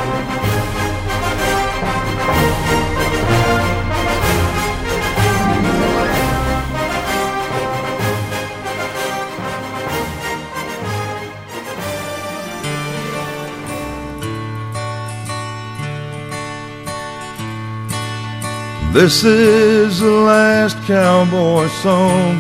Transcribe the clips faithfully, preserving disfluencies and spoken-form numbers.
This is the last cowboy song,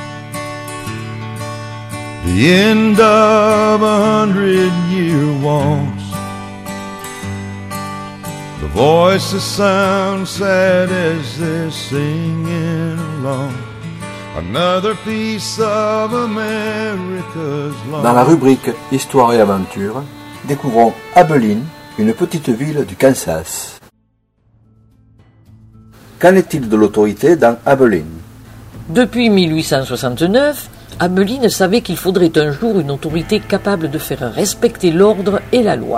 the end of a hundred-year waltz. The voices sound sad as they're singing along. Another piece of America's lawn. Dans la rubrique Histoire et aventure, découvrons Abilene, une petite ville du Kansas. Qu'en est-il de l'autorité dans Abilene? Depuis mille huit cent soixante-neuf, Abilene savait qu'il faudrait un jour une autorité capable de faire respecter l'ordre et la loi.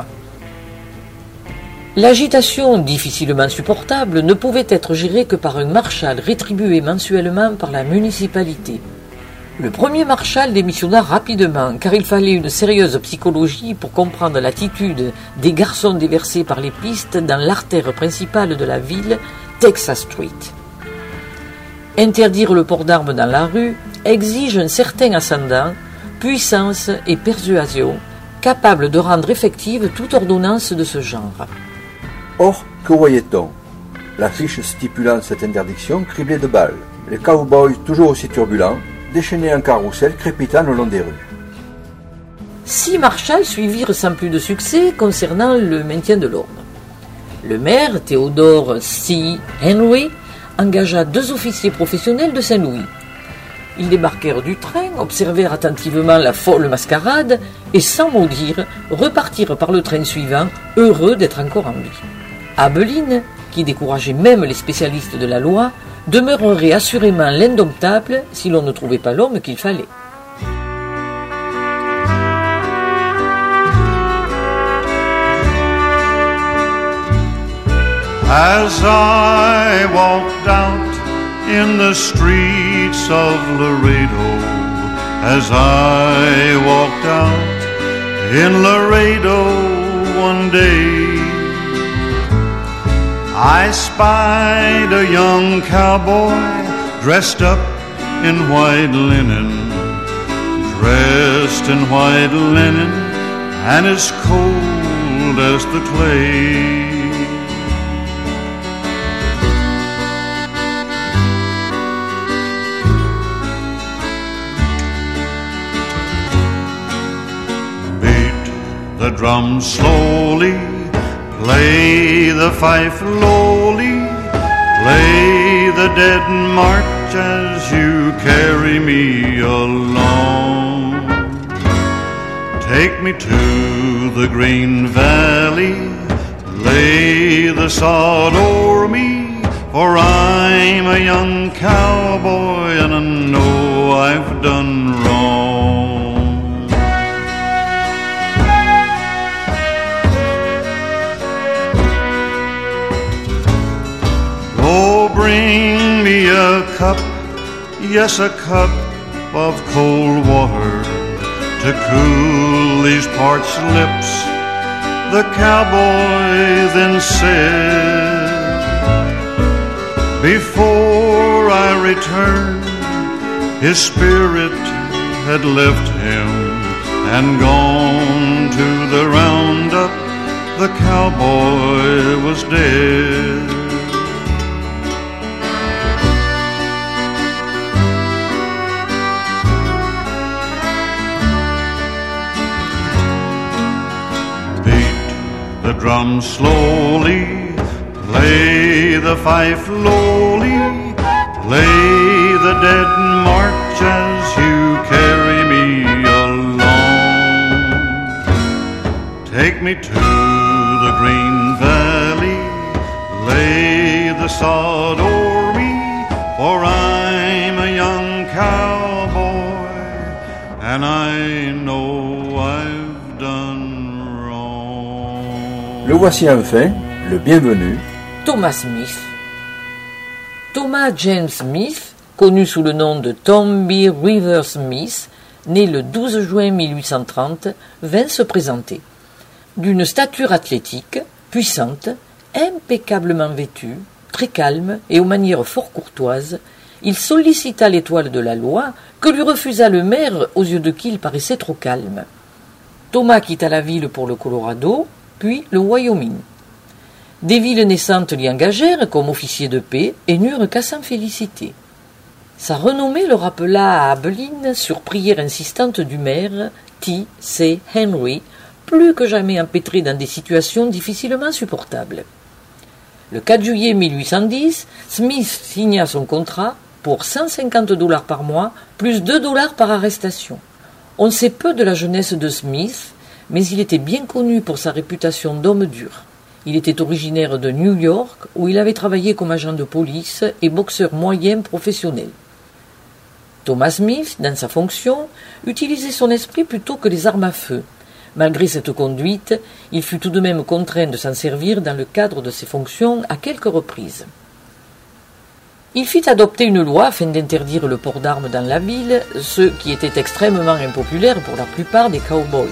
L'agitation, difficilement supportable, ne pouvait être gérée que par un marshal rétribué mensuellement par la municipalité. Le premier marshal démissionna rapidement, car il fallait une sérieuse psychologie pour comprendre l'attitude des garçons déversés par les pistes dans l'artère principale de la ville, Texas Street. Interdire le port d'armes dans la rue exige un certain ascendant, puissance et persuasion, capable de rendre effective toute ordonnance de ce genre. Or, que voyait-on? L'affiche stipulant cette interdiction criblée de balles, les cow-boys toujours aussi turbulents, déchaînés en carrousel crépitant le long des rues. Six marshals suivirent sans plus de succès concernant le maintien de l'ordre. Le maire, Theodore C. Henry, engagea deux officiers professionnels de Saint-Louis. Ils débarquèrent du train, observèrent attentivement la folle mascarade et, sans mot dire, repartirent par le train suivant, heureux d'être encore en vie. Abilene, qui décourageait même les spécialistes de la loi, demeurerait assurément l'indomptable si l'on ne trouvait pas l'homme qu'il fallait. As I walked out in the streets of Laredo, as I walked out in Laredo one day, I spied a young cowboy dressed up in white linen, dressed in white linen, and as cold as the clay. The drum slowly, play the fife lowly, play the dead march as you carry me along. Take me to the green valley, lay the sod o'er me, for I'm a young cowboy and I know I've done wrong. Bring me a cup, yes, a cup of cold water to cool these parched lips. The cowboy then said, before I returned, his spirit had left him and gone to the roundup. The cowboy was dead. The drum slowly, play the fife lowly, play the dead march as you carry me along. Take me to the green valley, lay the sod o'er me, for I'm a young cowboy and I know I've done. Le voici enfin, le bienvenu, Thomas Smith. Thomas James Smith, connu sous le nom de Tom B. River Smith, né le douze juin mille huit cent trente, vint se présenter. D'une stature athlétique, Puissante, impeccablement vêtu, très calme et aux manières fort courtoises, il sollicita l'étoile de la loi que lui refusa le maire aux yeux de qui il paraissait trop calme. Thomas quitta la ville pour le Colorado, puis le Wyoming. Des villes naissantes l'y engagèrent comme officier de paix et n'eurent qu'à s'en féliciter. Sa renommée le rappela à Abilene sur prière insistante du maire, T. C. Henry, plus que jamais empêtré dans des situations difficilement supportables. Le quatre juillet mille huit cent dix, Smith signa son contrat pour cent cinquante dollars par mois, plus deux dollars par arrestation. On sait peu de la jeunesse de Smith, mais il était bien connu pour sa réputation d'homme dur. Il était originaire de New York, où il avait travaillé comme agent de police et boxeur moyen professionnel. Thomas Smith, dans sa fonction, utilisait son esprit plutôt que les armes à feu. Malgré cette conduite, il fut tout de même contraint de s'en servir dans le cadre de ses fonctions à quelques reprises. Il fit adopter une loi afin d'interdire le port d'armes dans la ville, ce qui était extrêmement impopulaire pour la plupart des cowboys.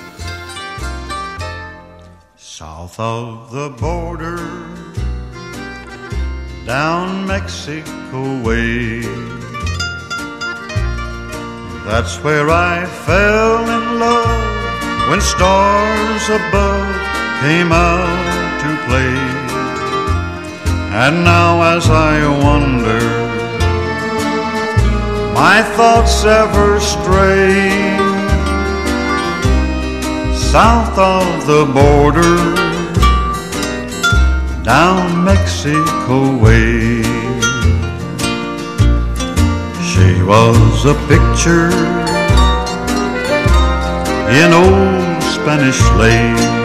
South of the border, down Mexico way, that's where I fell in love when stars above came out to play. And now as I wonder, my thoughts ever stray south of the border, down Mexico way. She was a picture in old Spanish lace,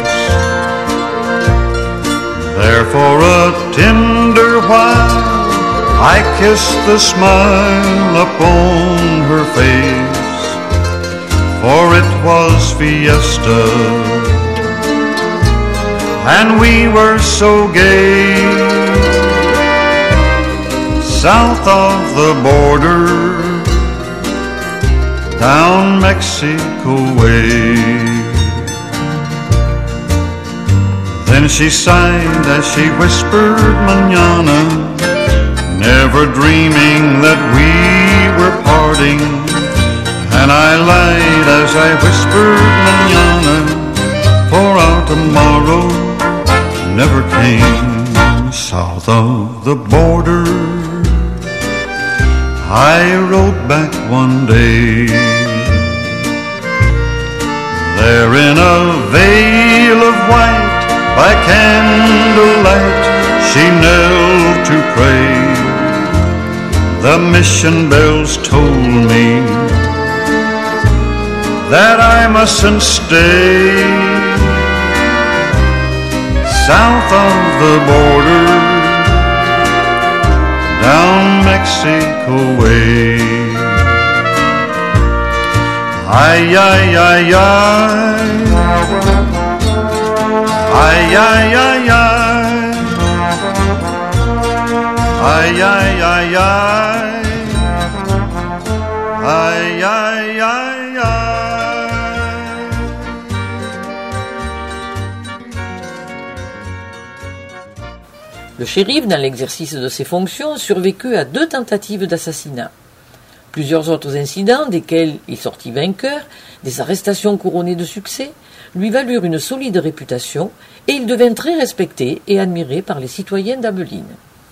there for a tender while I kissed the smile upon her face, for it was fiesta and we were so gay. South of the border, down Mexico way. Then she sighed as she whispered mañana, never dreaming that we were parting. And I lied as I whispered mañana, for our tomorrow never came. South of the border, I rode back one day. There in a veil of white, by candlelight, she knelt to pray. The mission bells told me that I mustn't stay south of the border, down Mexico way. Ay, ay, ay, ay. Ay, ay, ay, ay. Ay, ay, ay, ay. Ay, ay, ay, ay. Le shérif, dans l'exercice de ses fonctions, survécut à deux tentatives d'assassinat. Plusieurs autres incidents, desquels il sortit vainqueur, des arrestations couronnées de succès, lui valurent une solide réputation et il devint très respecté et admiré par les citoyens d'Abilene.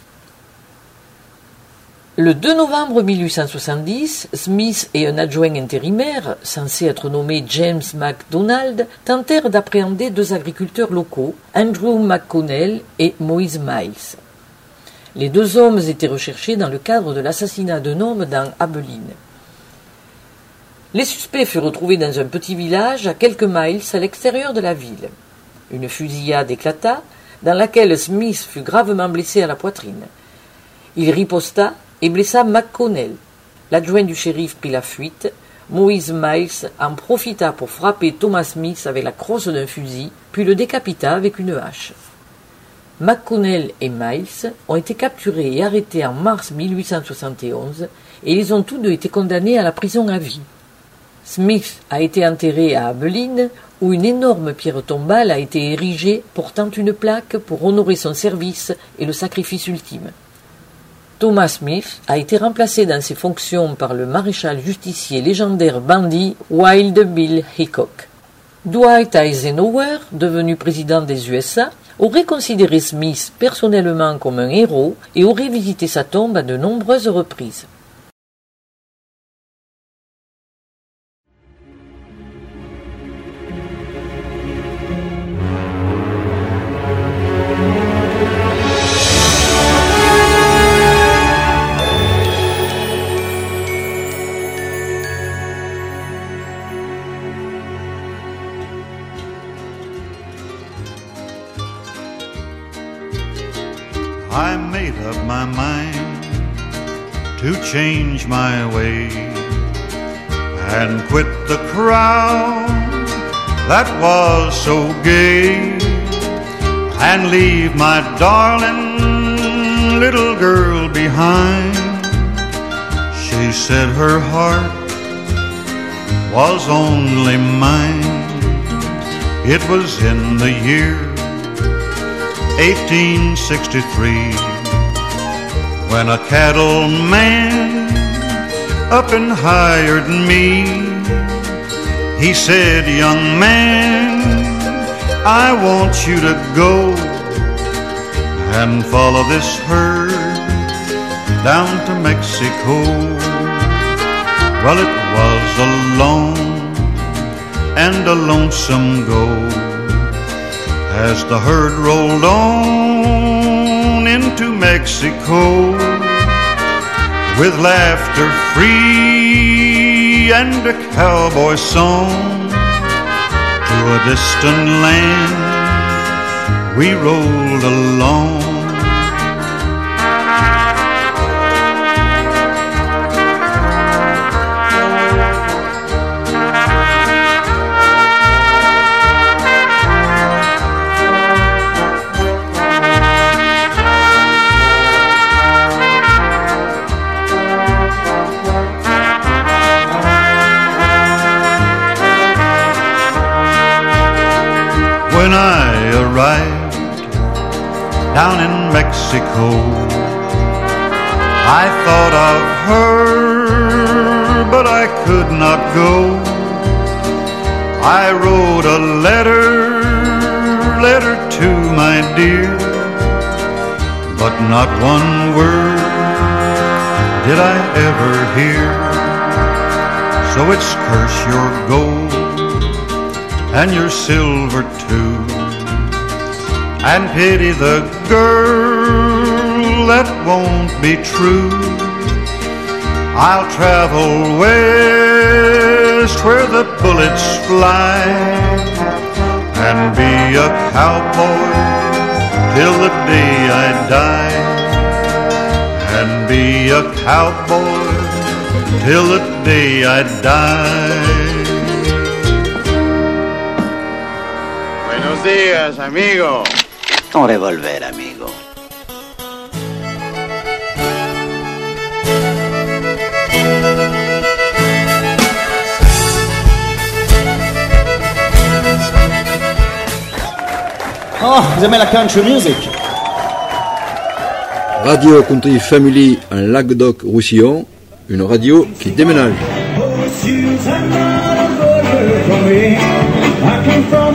Le deux novembre mille huit cent soixante-dix, Smith et un adjoint intérimaire, censé être nommé James McDonald, tentèrent d'appréhender deux agriculteurs locaux, Andrew McConnell et Moïse Miles. Les deux hommes étaient recherchés dans le cadre de l'assassinat d'un homme dans Abilene. Les suspects furent retrouvés dans un petit village à quelques miles à l'extérieur de la ville. Une fusillade éclata, dans laquelle Smith fut gravement blessé à la poitrine. Il riposta et blessa McConnell. L'adjoint du shérif prit la fuite. Moïse Miles en profita pour frapper Thomas Smith avec la crosse d'un fusil, puis le décapita avec une hache. McConnell et Miles ont été capturés et arrêtés en mars mille huit cent soixante et onze et ils ont tous deux été condamnés à la prison à vie. Smith a été enterré à Abilene, où une énorme pierre tombale a été érigée portant une plaque pour honorer son service et le sacrifice ultime. Thomas Smith a été remplacé dans ses fonctions par le maréchal justicier légendaire bandit Wild Bill Hickok. Dwight Eisenhower, devenu président des U S A, aurait considéré Smith personnellement comme un héros et aurait visité sa tombe à de nombreuses reprises. I made up my mind to change my way and quit the crowd that was so gay and leave my darling little girl behind. She said her heart was only mine. It was in the year eighteen sixty-three, when a cattleman up and hired me. He said, young man, I want you to go and follow this herd down to Mexico. Well, it was a long and a lonesome go as the herd rolled on into Mexico, with laughter free and a cowboy song. To a distant land we rolled along. When I arrived down in Mexico, I thought of her, but I could not go. I wrote a letter, letter to my dear, but not one word did I ever hear. So it's curse your gold and your silver too, and pity the girl that won't be true. I'll travel west where the bullets fly, and be a cowboy till the day I die, and be a cowboy till the day I die. Buenos días, amigo. Ton revolver, amigo. Oh, vous aimez la country music? Radio Country Family en Languedoc-Roussillon, une radio qui déménage. Oh,